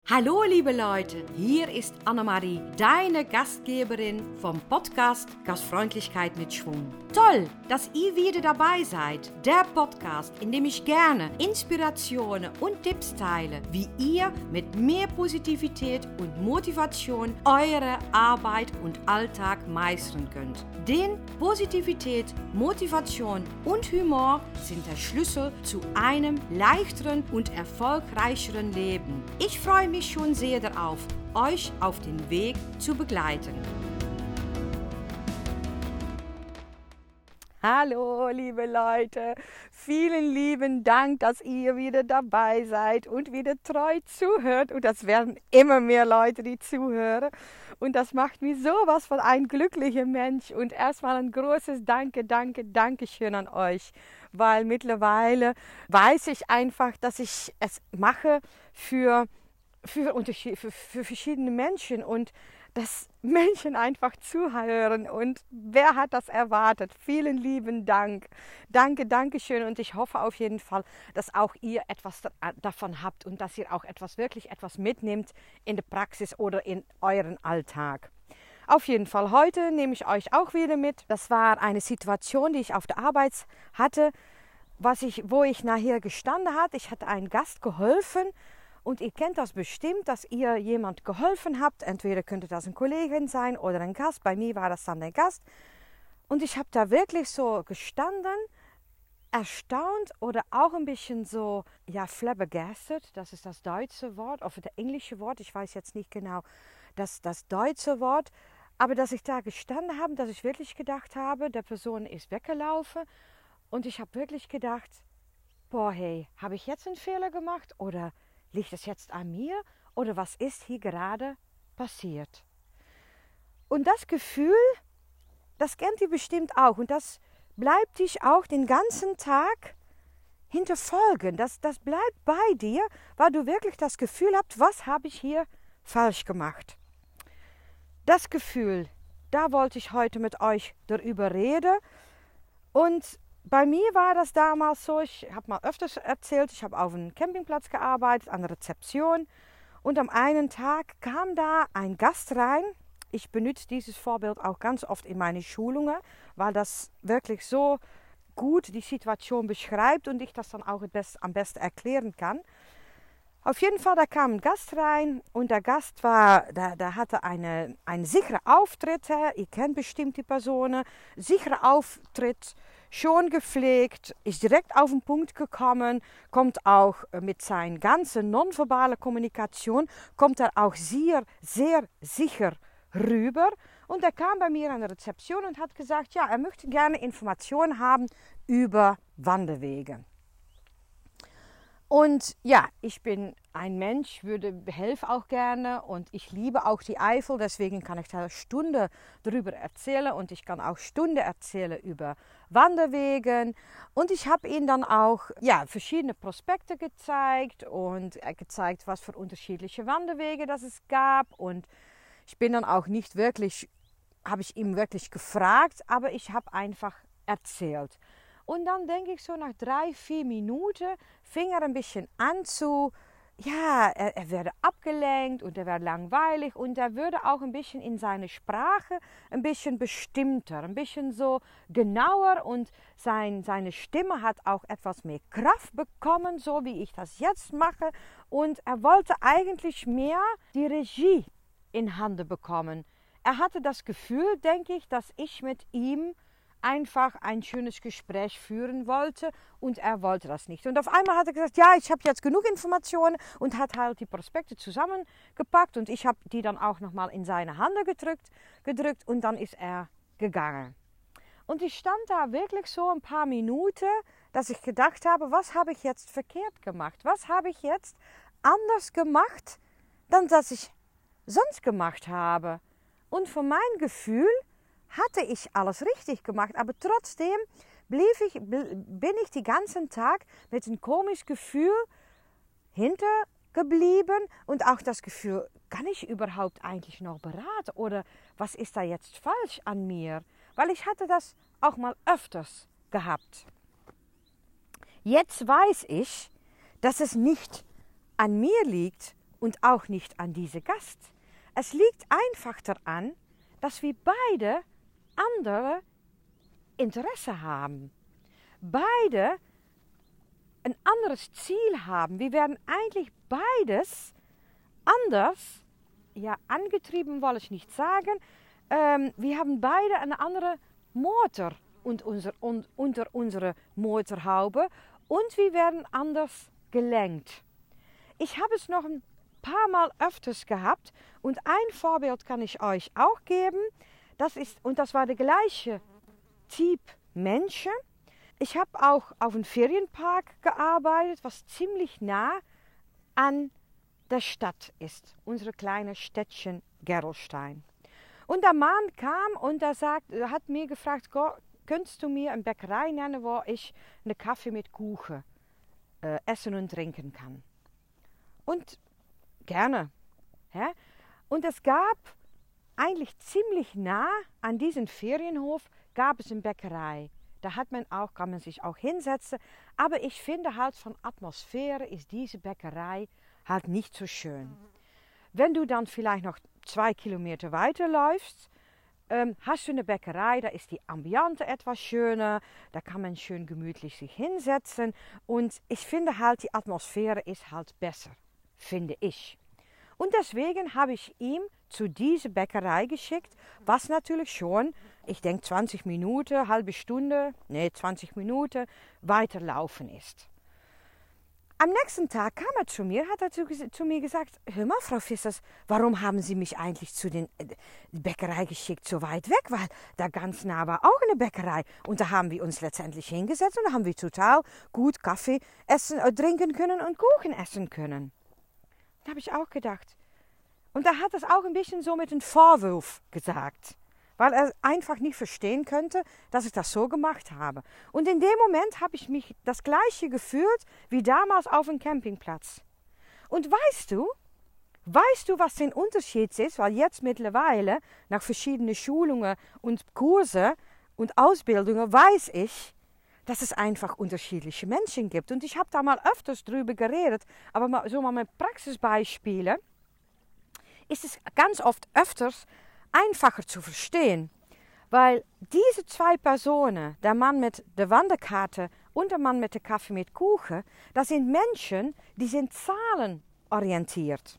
Hallo liebe Leute, hier ist Annemarie, deine Gastgeberin vom Podcast Gastfreundlichkeit mit Schwung. Toll, dass ihr wieder dabei seid. Der Podcast, in dem ich gerne Inspirationen und Tipps teile, wie ihr mit mehr Positivität und Motivation eure Arbeit und Alltag meistern könnt. Denn Positivität, Motivation und Humor sind der Schlüssel zu einem leichteren und erfolgreicheren Leben. Ich freue mich schon sehr darauf, euch auf den Weg zu begleiten. Hallo liebe Leute, vielen lieben Dank, dass ihr wieder dabei seid und wieder treu zuhört. Und das werden immer mehr Leute, die zuhören. Und das macht mich sowas von ein glücklicher Mensch. Und erstmal ein großes Dankeschön an euch. Weil mittlerweile weiß ich einfach, dass ich es mache für verschiedene Menschen und dass Menschen einfach zuhören. Und wer hat das erwartet? Vielen lieben Dank. Dankeschön. Und ich hoffe auf jeden Fall, dass auch ihr etwas davon habt und dass ihr auch wirklich etwas mitnehmt in der Praxis oder in euren Alltag. Auf jeden Fall, heute nehme ich euch auch wieder mit. Das war eine Situation, die ich auf der Arbeit hatte, wo ich nachher gestanden hatte. Ich hatte einem Gast geholfen. Und ihr kennt das bestimmt, dass ihr jemand geholfen habt. Entweder könnte das eine Kollegin sein oder ein Gast. Bei mir war das dann der Gast. Und ich habe da wirklich so gestanden, erstaunt oder auch ein bisschen so, ja, flabbergasted. Das ist das deutsche Wort, oder das englische Wort. Ich weiß jetzt nicht genau das deutsche Wort. Aber dass ich da gestanden habe, dass ich wirklich gedacht habe, der Person ist weggelaufen. Und ich habe wirklich gedacht, boah, hey, habe ich jetzt einen Fehler gemacht oder liegt es jetzt an mir oder was ist hier gerade passiert? Und das Gefühl, das kennt ihr bestimmt auch und das bleibt dich auch den ganzen Tag hinterfolgen. Das bleibt bei dir, weil du wirklich das Gefühl hast, was habe ich hier falsch gemacht? Das Gefühl, da wollte ich heute mit euch darüber reden. Und bei mir war das damals so, ich habe mal öfters erzählt, ich habe auf einem Campingplatz gearbeitet, an der Rezeption. Und am einen Tag kam da ein Gast rein. Ich benutze dieses Vorbild auch ganz oft in meine Schulungen, weil das wirklich so gut die Situation beschreibt und ich das dann auch am besten erklären kann. Auf jeden Fall, da kam ein Gast rein und der Gast hatte einen sicheren Auftritt. Ihr kennt bestimmt die Personen. Sicherer Auftritt, schon gepflegt, ist direkt auf den Punkt gekommen, kommt auch mit seiner ganzen nonverbalen Kommunikation, kommt er auch sehr, sehr sicher rüber. Und er kam bei mir an der Rezeption und hat gesagt, ja, er möchte gerne Informationen haben über Wanderwege. Und ja, ich bin ein Mensch, helfe auch gerne und ich liebe auch die Eifel, deswegen kann ich da Stunde darüber erzählen und ich kann auch Stunde erzählen über Wanderwegen. Und ich habe ihnen dann auch verschiedene Prospekte gezeigt und gezeigt, was für unterschiedliche Wanderwege das es gab. Und ich bin dann auch nicht wirklich, habe ich ihm wirklich gefragt, aber ich habe einfach erzählt. Und dann denke ich so nach 3-4 Minuten fing er ein bisschen an zu, er wurde abgelenkt und er wurde langweilig und er wurde auch ein bisschen in seine Sprache ein bisschen bestimmter, ein bisschen so genauer und seine Stimme hat auch etwas mehr Kraft bekommen, so wie ich das jetzt mache. Und er wollte eigentlich mehr die Regie in Hände bekommen. Er hatte das Gefühl, denke ich, dass ich mit ihm einfach ein schönes Gespräch führen wollte und er wollte das nicht. Und auf einmal hat er gesagt, ja, ich habe jetzt genug Informationen und hat halt die Prospekte zusammengepackt und ich habe die dann auch nochmal in seine Hand gedrückt und dann ist er gegangen. Und ich stand da wirklich so ein paar Minuten, dass ich gedacht habe, was habe ich jetzt verkehrt gemacht? Was habe ich jetzt anders gemacht, dann das ich sonst gemacht habe? Und von meinem Gefühl hatte ich alles richtig gemacht, aber trotzdem bin ich den ganzen Tag mit einem komischen Gefühl hintergeblieben und auch das Gefühl, kann ich überhaupt eigentlich noch beraten oder was ist da jetzt falsch an mir? Weil ich hatte das auch mal öfters gehabt. Jetzt weiß ich, dass es nicht an mir liegt und auch nicht an diese Gast. Es liegt einfach daran, dass wir beide andere Interesse haben. Beide ein anderes Ziel haben. Wir werden eigentlich beides anders, ja, angetrieben will ich nicht sagen. Wir haben beide eine andere Motor unter unserer Motorhaube und wir werden anders gelenkt. Ich habe es noch ein paar Mal öfters gehabt und ein Vorbild kann ich euch auch geben. Das war der gleiche Typ Menschen. Ich habe auch auf einem Ferienpark gearbeitet, was ziemlich nah an der Stadt ist, unsere kleine Städtchen Gerolstein. Und der Mann kam und er hat mir gefragt, könntest du mir eine Bäckerei nennen, wo ich einen Kaffee mit Kuchen essen und trinken kann? Und gerne. Ja? Und es gab eigentlich ziemlich nah an diesem Ferienhof gab es eine Bäckerei. Da kann man sich auch hinsetzen. Aber ich finde halt von Atmosphäre ist diese Bäckerei halt nicht so schön. Wenn du dann vielleicht noch 2 Kilometer weiterläufst, hast du eine Bäckerei, da ist die Ambiente etwas schöner, da kann man schön gemütlich sich hinsetzen. Und ich finde halt, die Atmosphäre ist halt besser, finde ich. Und deswegen habe ich ihm zu dieser Bäckerei geschickt, was natürlich schon, ich denke 20 Minuten, 20 Minuten weiterlaufen ist. Am nächsten Tag kam er zu mir, hat er zu mir gesagt, hör mal, Frau Vissers, warum haben Sie mich eigentlich zu der Bäckerei geschickt, so weit weg? Weil da ganz nah war auch eine Bäckerei. Und da haben wir uns letztendlich hingesetzt und da haben wir total gut Kaffee trinken können und Kuchen essen können. Da habe ich auch gedacht. Und er hat es auch ein bisschen so mit einem Vorwurf gesagt, weil er einfach nicht verstehen könnte, dass ich das so gemacht habe. Und in dem Moment habe ich mich das Gleiche gefühlt wie damals auf dem Campingplatz. Und weißt du, was der Unterschied ist? Weil jetzt mittlerweile, nach verschiedenen Schulungen und Kurse und Ausbildungen, weiß ich, dass es einfach unterschiedliche Menschen gibt. Und ich habe da mal öfters drüber geredet, aber mal mit Praxisbeispielen ist es ganz oft öfters einfacher zu verstehen. Weil diese 2 Personen, der Mann mit der Wanderkarte und der Mann mit dem Kaffee mit Kuchen, das sind Menschen, die sind zahlenorientiert.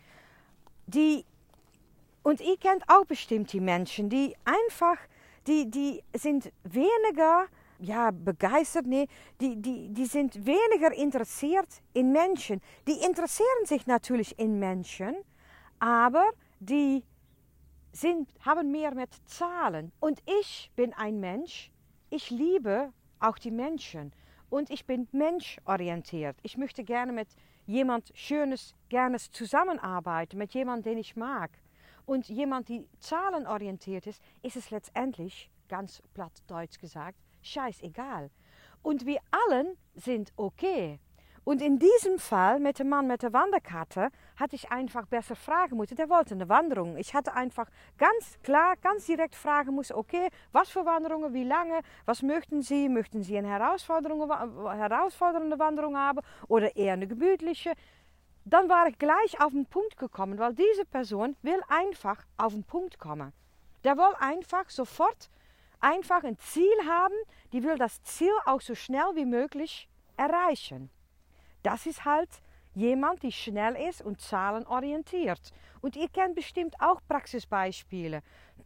Und ihr kennt auch bestimmt die Menschen, die einfach, die sind weniger begeistert, die sind weniger interessiert in Menschen. Die interessieren sich natürlich in Menschen, aber die haben mehr mit Zahlen. Und ich bin ein Mensch, ich liebe auch die Menschen und ich bin menschorientiert. Ich möchte gerne mit jemand Schönes, gerne zusammenarbeiten, mit jemandem, den ich mag. Und jemand, die zahlenorientiert ist es letztendlich, ganz platt Deutsch gesagt, scheißegal. Und wir allen sind okay. Und in diesem Fall mit dem Mann mit der Wanderkarte hatte ich einfach besser fragen müssen. Der wollte eine Wanderung. Ich hatte einfach ganz klar, ganz direkt fragen müssen, okay, was für Wanderungen, wie lange, was möchten Sie? Möchten Sie eine herausfordernde Wanderung haben oder eher eine gemütliche? Dann war ich gleich auf den Punkt gekommen, weil diese Person will einfach auf den Punkt kommen. Der will einfach sofort einfach ein Ziel haben, die will das Ziel auch so schnell wie möglich erreichen. Das ist halt jemand, die schnell ist und zahlenorientiert. Und ihr kennt bestimmt auch Praxisbeispiele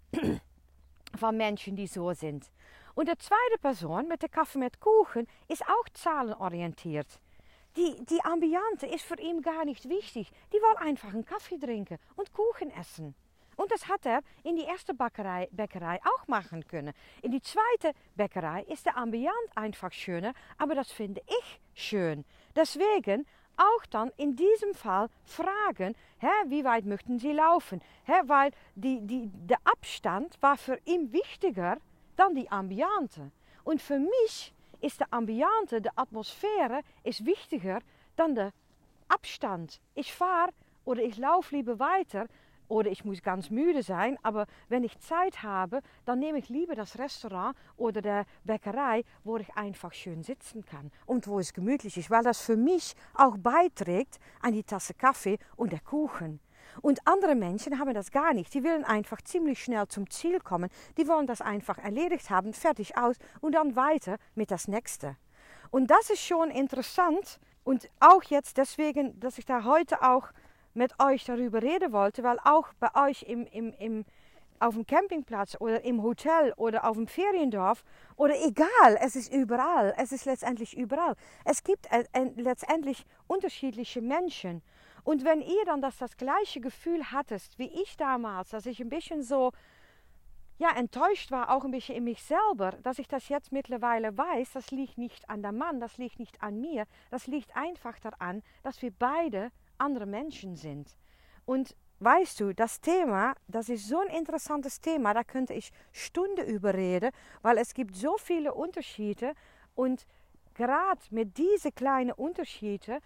von Menschen, die so sind. Und die zweite Person mit der Kaffee mit Kuchen ist auch zahlenorientiert. Die Ambiente ist für ihn gar nicht wichtig. Die will einfach einen Kaffee trinken und Kuchen essen. Und das hat er in die erste Bäckerei auch machen können. In die zweite Bäckerei ist der Ambient einfach schöner, aber das finde ich schön. Deswegen auch dann in diesem Fall fragen, wie weit möchten Sie laufen? Weil der Abstand war für ihn wichtiger dann die Ambiente. Und für mich ist der Ambiente, die Atmosphäre, ist wichtiger dann der Abstand. Ich fahre oder ich laufe lieber weiter oder ich muss ganz müde sein, aber wenn ich Zeit habe, dann nehme ich lieber das Restaurant oder der Bäckerei, wo ich einfach schön sitzen kann und wo es gemütlich ist, weil das für mich auch beiträgt an die Tasse Kaffee und der Kuchen. Und andere Menschen haben das gar nicht. Die wollen einfach ziemlich schnell zum Ziel kommen. Die wollen das einfach erledigt haben, fertig aus und dann weiter mit das Nächste. Und das ist schon interessant und auch jetzt deswegen, dass ich da heute auch mit euch darüber reden wollte, weil auch bei euch auf dem Campingplatz oder im Hotel oder auf dem Feriendorf oder egal, es ist überall, es ist letztendlich überall. Es gibt letztendlich unterschiedliche Menschen. Und wenn ihr dann das gleiche Gefühl hattest wie ich damals, dass ich ein bisschen so enttäuscht war, auch ein bisschen in mich selber, dass ich das jetzt mittlerweile weiß, das liegt nicht an der Mann, das liegt nicht an mir, das liegt einfach daran, dass wir beide andere Menschen sind. Und weißt du, das Thema, das ist so ein interessantes Thema, da könnte ich Stunden über reden, weil es gibt so viele Unterschiede und gerade mit diesen kleinen Unterschieden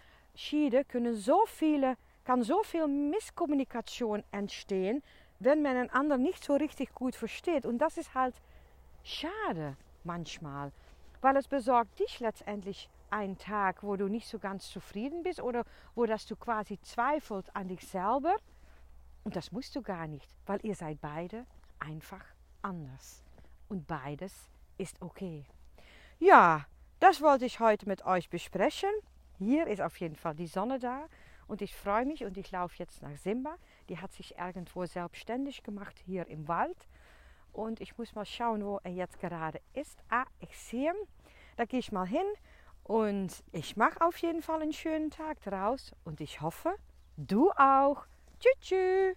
kann so viel Misskommunikation entstehen, wenn man einen anderen nicht so richtig gut versteht. Und das ist halt schade manchmal, weil es besorgt dich letztendlich einen Tag, wo du nicht so ganz zufrieden bist oder wo dass du quasi zweifelst an dich selber. Und das musst du gar nicht, weil ihr seid beide einfach anders. Und beides ist okay. Ja, das wollte ich heute mit euch besprechen. Hier ist auf jeden Fall die Sonne da und ich freue mich und ich laufe jetzt nach Simba. Die hat sich irgendwo selbstständig gemacht hier im Wald und ich muss mal schauen, wo er jetzt gerade ist. Ich sehe ihn. Da gehe ich mal hin und ich mache auf jeden Fall einen schönen Tag draus und ich hoffe, du auch. Tschüss, tschüss.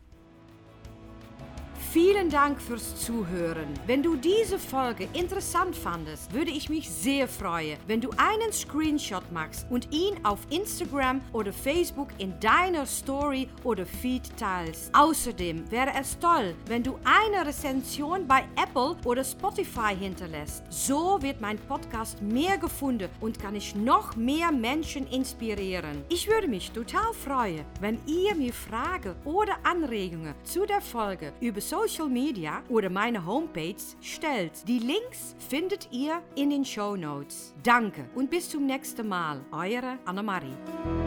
Vielen Dank fürs Zuhören. Wenn du diese Folge interessant fandest, würde ich mich sehr freuen, wenn du einen Screenshot machst und ihn auf Instagram oder Facebook in deiner Story oder Feed teilst. Außerdem wäre es toll, wenn du eine Rezension bei Apple oder Spotify hinterlässt. So wird mein Podcast mehr gefunden und kann ich noch mehr Menschen inspirieren. Ich würde mich total freuen, wenn ihr mir Fragen oder Anregungen zu der Folge über Social Media oder meine Homepage stellt. Die Links findet ihr in den Shownotes. Danke und bis zum nächsten Mal. Eure Annemarie.